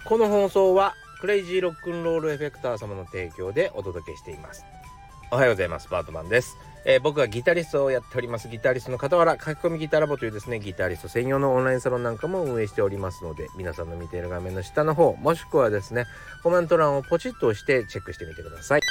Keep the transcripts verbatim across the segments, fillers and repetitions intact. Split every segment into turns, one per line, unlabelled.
この放送はクレイジーロックンロールエフェクター様の提供でお届けしています。おはようございます。バートマンです。えー、僕はギタリストをやっております。ギタリストの傍ら書き込みギタラボというですねギタリスト専用のオンラインサロンなんかも運営しておりますので、皆さんの見ている画面の下の方もしくはですねコメント欄をポチッと押してチェックしてみてください。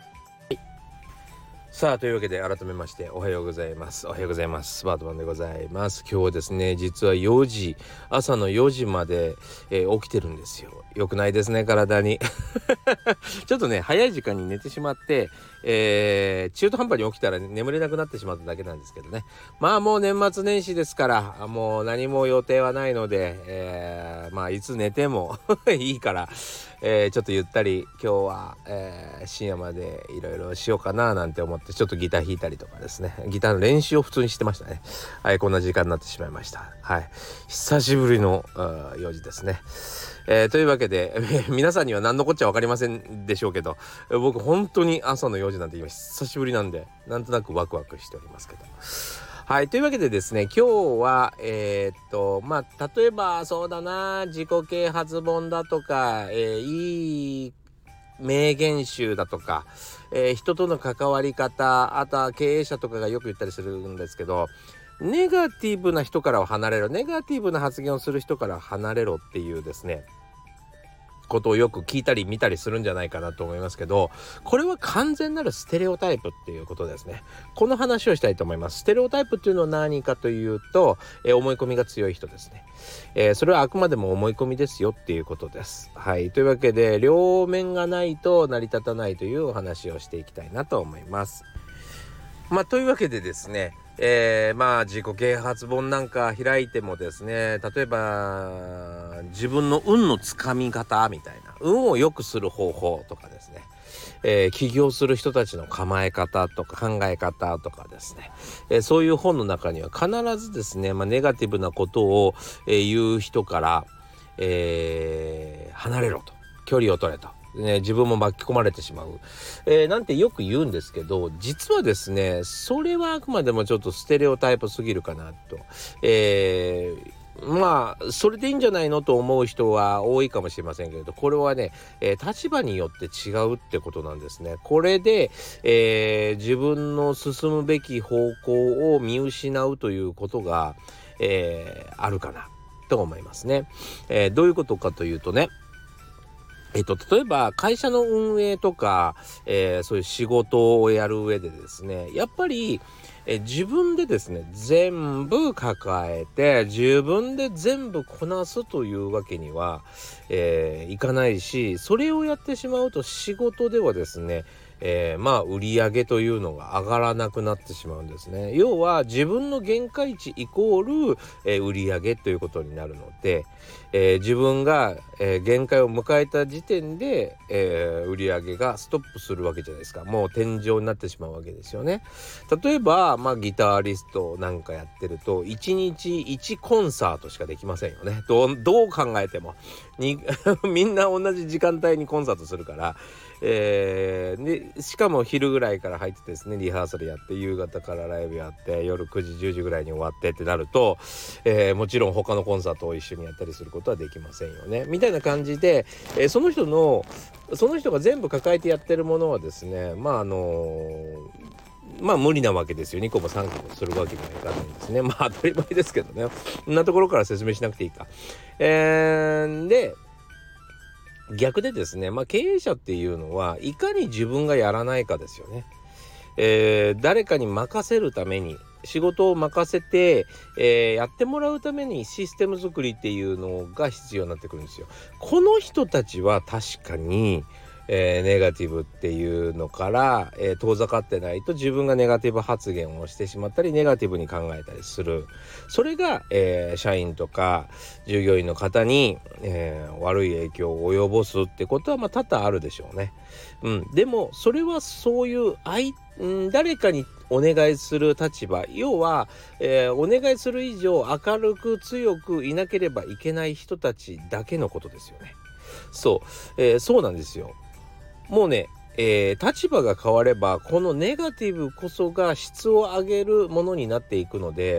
さあというわけで改めましておはようございますおはようございますバートマンでございます。今日はですね実はよじ朝のよじまで、えー、起きてるんですよ。よくないですね体にちょっとね早い時間に寝てしまって、えー、中途半端に起きたら眠れなくなってしまっただけなんですけどね。まあもう年末年始ですからもう何も予定はないので、えー、まあいつ寝てもいいから、えー、ちょっとゆったり今日は、えー、深夜までいろいろしようかななんて思ってちょっとギター弾いたりとかですねギターの練習を普通にしてましたね。はい、こんな時間になってしまいました。はい久しぶりのよじですね。えー、というわけで皆さんには何のこっちゃ分かりませんでしょうけど、僕本当に朝のよじなんて今久しぶりなんでなんとなくワクワクしておりますけど。はいというわけでですね今日はえー、っとまあ例えばそうだな自己啓発本だとか、えー、いい名言集だとか、えー、人との関わり方、あとは経営者とかがよく言ったりするんですけど、ネガティブな人からは離れろ、ネガティブな発言をする人からは離れろっていうですねことをよく聞いたり見たりするんじゃないかなと思いますけど、これは完全なるステレオタイプっていうことですね。この話をしたいと思います。ステレオタイプっていうのは何かというと、えー、思い込みが強い人ですね。えー、それはあくまでも思い込みですよっていうことです。はいというわけで両面がないと成り立たないというお話をしていきたいなと思います。まあというわけでですねえー、まあ自己啓発本なんか開いてもですね例えば自分の運のつかみ方みたいな運を良くする方法とかですね、えー、起業する人たちの構え方とか考え方とかですね、えー、そういう本の中には必ずですね、まあ、ネガティブなことを、えー、言う人から、えー、離れろと距離を取れとね、自分も巻き込まれてしまう、えー、なんてよく言うんですけど、実はですねそれはあくまでもちょっとステレオタイプすぎるかなと、えー、まあそれでいいんじゃないのと思う人は多いかもしれませんけれど、これはね、えー、立場によって違うってことなんですね。これで、えー、自分の進むべき方向を見失うということが、えー、あるかなと思いますね。えー、どういうことかというとねえっと、例えば会社の運営とか、えー、そういう仕事をやる上でですねやっぱり、えー、自分でですね全部抱えて自分で全部こなすというわけには、えー、いかないし、それをやってしまうと仕事ではですねえー、まあ売り上げというのが上がらなくなってしまうんですね。要は自分の限界値イコール、えー、売り上げということになるので、えー、自分が、えー、限界を迎えた時点で、えー、売り上げがストップするわけじゃないですか。もう天井になってしまうわけですよね。例えば、まあ、ギタリストなんかやってるといちにちいちコンサートしかできませんよね。どう、どう考えてもにみんな同じ時間帯にコンサートするから、えー、でしかも昼ぐらいから入ってですねリハーサルやって夕方からライブやって夜くじじゅうじぐらいに終わってってなると、えー、もちろん他のコンサートを一緒にやったりすることはできませんよねみたいな感じで、えー、その人のその人が全部抱えてやってるものはですねまああのーまあ無理なわけですよ。にこもさんこもするわけにはいかないんですね。まあ当たり前ですけどね。こんなところから説明しなくていいか。えー、で逆でですね、まあ、経営者っていうのはいかに自分がやらないかですよね。えー、誰かに任せるために仕事を任せて、えー、やってもらうためにシステム作りっていうのが必要になってくるんですよ。この人たちは確かにえー、ネガティブっていうのから、えー、遠ざかってないと自分がネガティブ発言をしてしまったりネガティブに考えたりする。それが、えー、社員とか従業員の方に、えー、悪い影響を及ぼすってことはまあ多々あるでしょうね。うん、でもそれはそういう相ん誰かにお願いする立場、要は、えー、お願いする以上明るく強くいなければいけない人たちだけのことですよね。そう、えー、そうなんですよ。もうね、えー、立場が変わればこのネガティブこそが質を上げるものになっていくので、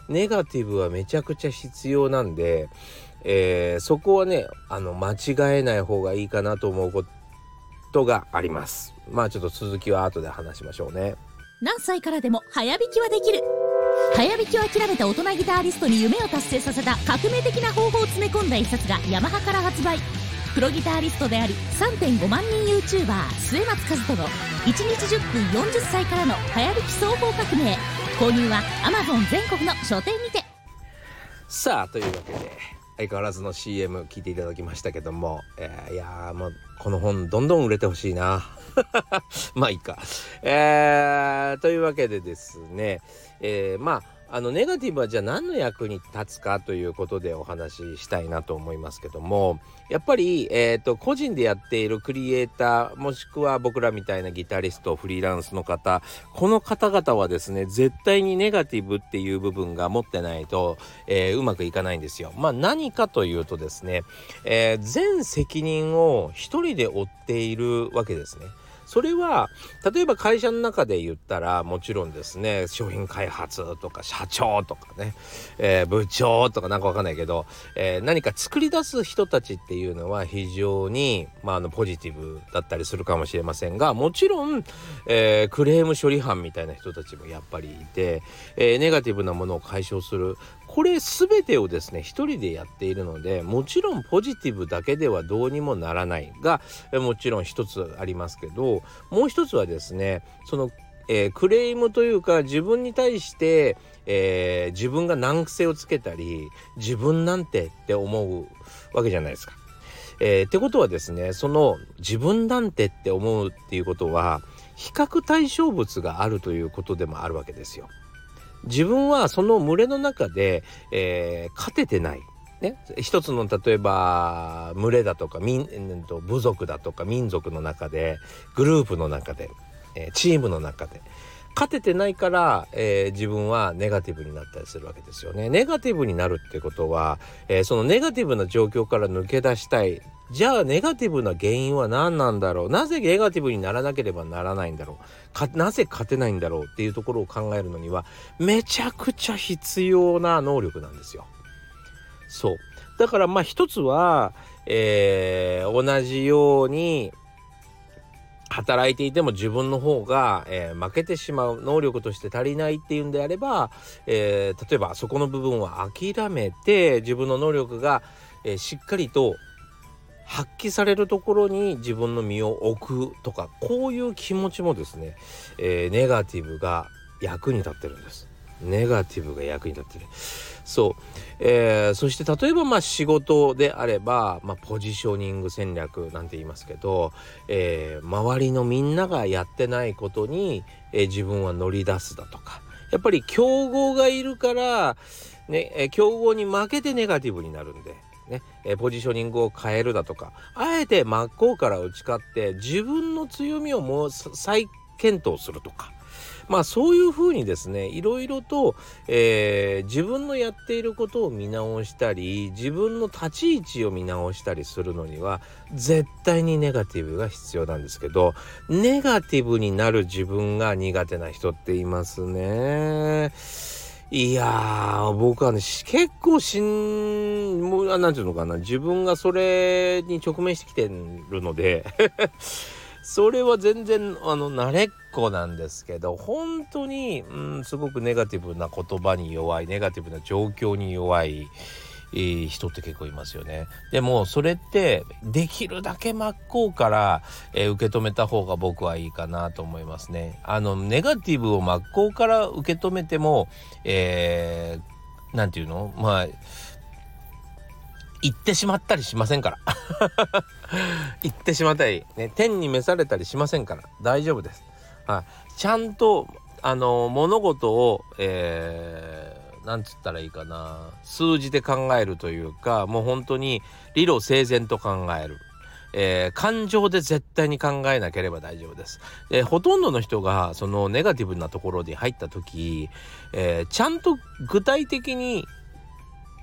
ネガティブはめちゃくちゃ必要なんで、えー、そこはねあの間違えない方がいいかなと思うことがあります。まあちょっと続きは後で話しましょうね。
何歳からでも早弾きはできる。早弾きを諦めた大人ギタリストに夢を達成させた革命的な方法を詰め込んだ一冊がヤマハから発売。プロギタリストであり さんてんご 万人 YouTuber 末松和人のいちにちじゅっぷんよんじゅっさいからの早弾き双方革命。購入は Amazon 全国の書店にて。
さあというわけで相変わらずの シーエム 聞いていただきましたけども、えー、いやーもうこの本どんどん売れてほしいなまあいいか、えー、というわけでですね、えー、まああのネガティブはじゃあ何の役に立つかということでお話ししたいなと思いますけども、やっぱり、えーと、個人でやっているクリエイターもしくは僕らみたいなギタリストフリーランスの方、この方々はですね絶対にネガティブっていう部分が持ってないと、えー、うまくいかないんですよ。まあ何かというとですね、えー、全責任を一人で負っているわけですね。それは例えば会社の中で言ったらもちろんですね、商品開発とか社長とかね、えー、部長とかなんかわかんないけど、えー、何か作り出す人たちっていうのは非常に、まあ、あのポジティブだったりするかもしれませんが、もちろん、えー、クレーム処理班みたいな人たちもやっぱりいて、えー、ネガティブなものを解消する、これ全てをですね一人でやっているので、もちろんポジティブだけではどうにもならないが、もちろん一つありますけど、もう一つはですねその、えー、クレームというか自分に対して、えー、自分が難癖をつけたり自分なんてって思うわけじゃないですか。えー、ってことはですね、その自分なんてって思うっていうことは比較対象物があるということでもあるわけですよ。自分はその群れの中で、えー、勝ててない、ね、一つの例えば群れだとか民部族だとか民族の中でグループの中で、えー、チームの中で勝ててないから、えー、自分はネガティブになったりするわけですよね。ネガティブになるってことは、えー、そのネガティブな状況から抜け出したい。じゃあネガティブな原因は何なんだろう、なぜネガティブにならなければならないんだろうか、なぜ勝てないんだろうっていうところを考えるのにはめちゃくちゃ必要な能力なんですよ。そうだからまあ一つは、えー、同じように働いていても自分の方が、えー、負けてしまう、能力として足りないっていうんであれば、えー、例えばそこの部分は諦めて自分の能力が、えー、しっかりと発揮されるところに自分の身を置くとか、こういう気持ちもですね、えー、ネガティブが役に立ってるんです。ネガティブが役に立ってる。そう、えー、そして例えばまあ仕事であれば、まあ、ポジショニング戦略なんて言いますけど、えー、周りのみんながやってないことに、えー、自分は乗り出すだとか、やっぱり競合がいるからね、えー、競合に負けてネガティブになるんでね、えー、ポジショニングを変えるだとか、あえて真っ向から打ち勝って自分の強みをもう再検討するとか、まあそういうふうにですね、いろいろと、えー、自分のやっていることを見直したり、自分の立ち位置を見直したりするのには絶対にネガティブが必要なんですけど、ネガティブになる自分が苦手な人っていますね。いやー、僕はね結構しんもうなんていうのかな、自分がそれに直面してきてるのでそれは全然あの慣れっこなんですけど、本当に、うん、すごくネガティブな言葉に弱い、ネガティブな状況に弱い、えー、人って結構いますよね。でもそれってできるだけ真っ向から、えー、受け止めた方が僕はいいかなと思いますね。あのネガティブを真っ向から受け止めても、えー、なんていうの、まあ言ってしまったりしませんから言ってしまったり、ね、天に召されたりしませんから大丈夫です。はい、ちゃんとあの物事を、えー、なんつったらいいかな、数字で考えるというか、もう本当に理路整然と考える、えー、感情で絶対に考えなければ大丈夫です。でほとんどの人がそのネガティブなところに入った時、えー、ちゃんと具体的に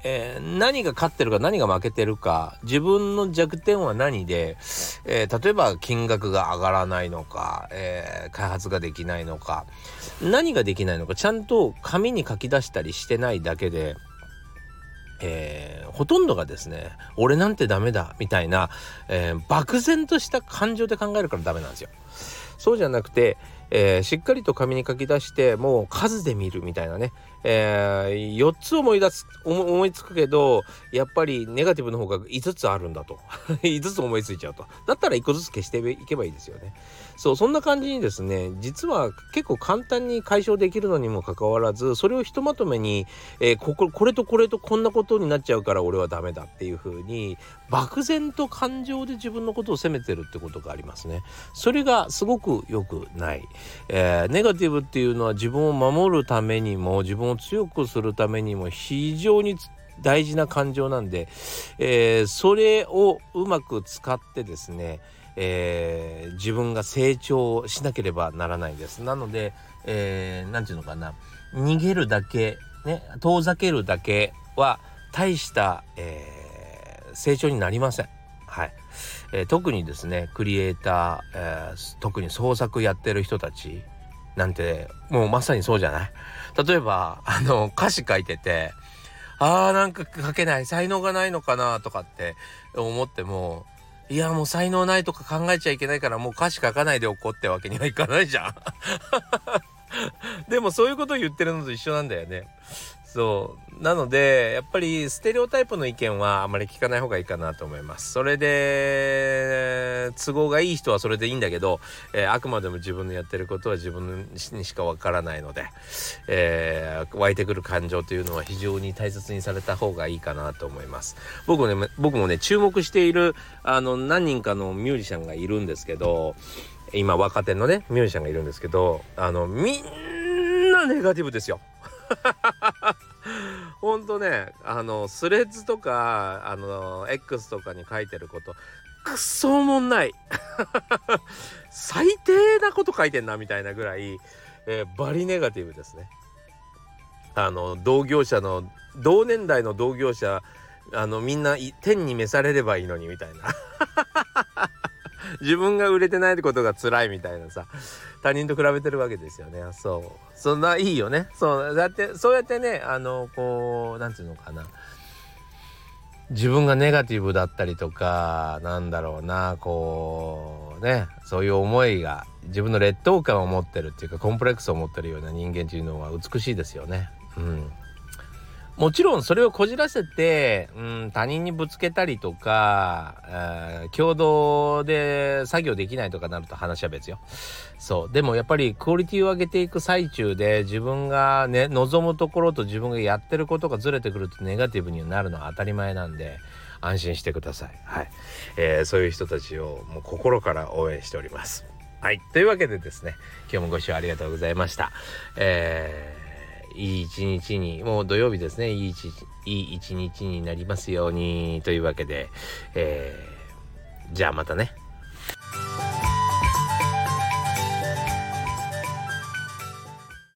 えー、何が勝ってるか何が負けてるか、自分の弱点は何で、えー、例えば金額が上がらないのか、えー、開発ができないのか、何ができないのかちゃんと紙に書き出したりしてないだけで、えー、ほとんどがですね、俺なんてダメだみたいな、えー、漠然とした感情で考えるからダメなんですよ。そうじゃなくて、えー、しっかりと紙に書き出して、もう数で見るみたいなね、えー、よっつ思い出す思いつくけど、やっぱりネガティブの方がいつつあるんだといつつ思いついちゃうと、だったらいっこずつ消していけばいいですよね。そうそんな感じにですね、実は結構簡単に解消できるのにもかかわらず、それをひとまとめに、えー、こここれとこれとこんなことになっちゃうから俺はダメだっていう風に漠然と感情で自分のことを責めてるってことがありますね。それがすごく良くない、えー、ネガティブっていうのは自分を守るためにも自分を強くするためにも非常に大事な感情なんで、えー、それをうまく使ってですね、えー、自分が成長しなければならないです。なので、えー、なんていうのかな、逃げるだけね、遠ざけるだけは大した、えー、成長になりません。はい、えー、特にですねクリエイター、えー、特に創作やってる人たちなんてもうまさにそうじゃない。例えばあの歌詞書いてて、あーなんか書けない、才能がないのかなとかって思っても、いやもう才能ないとか考えちゃいけないからもう歌詞書かないでおこうってわけにはいかないじゃんでもそういうことを言ってるのと一緒なんだよね。そうなのでやっぱりステレオタイプの意見はあまり聞かない方がいいかなと思います。それで都合がいい人はそれでいいんだけど、えー、あくまでも自分のやってることは自分にしかわからないので、えー、湧いてくる感情というのは非常に大切にされた方がいいかなと思います。僕もね僕もね注目しているあの何人かのミュージシャンがいるんですけど、今若手のねミュージシャンがいるんですけど、あのみんなネガティブですよほんとね、あのスレッズとかあの X とかに書いてることくそおもんない最低なこと書いてんなみたいなぐらい、えー、バリネガティブですね。あの同業者の同年代の同業者、あのみんな天に召されればいいのにみたいな自分が売れてないことが辛いみたいなさ、他人と比べてるわけですよね。そうそんないいよね。そうだってそうやってね、あのこうなんていうのかな、自分がネガティブだったりとか、なんだろうな、こうね、そういう思いが自分の劣等感を持ってるっていうかコンプレックスを持ってるような人間っていうのは美しいですよね。うん。もちろんそれをこじらせて、うん、他人にぶつけたりとか、えー、共同で作業できないとかなると話は別よ。そうでもやっぱりクオリティを上げていく最中で自分がね望むところと自分がやってることがずれてくるとネガティブになるのは当たり前なんで安心してください。はい、えー、そういう人たちをもう心から応援しております。はい、というわけでですね、今日もご視聴ありがとうございました。えーいい一日に、もう土曜日ですね、いい一日、いい一日になりますようにというわけで、えー、じゃあまたね。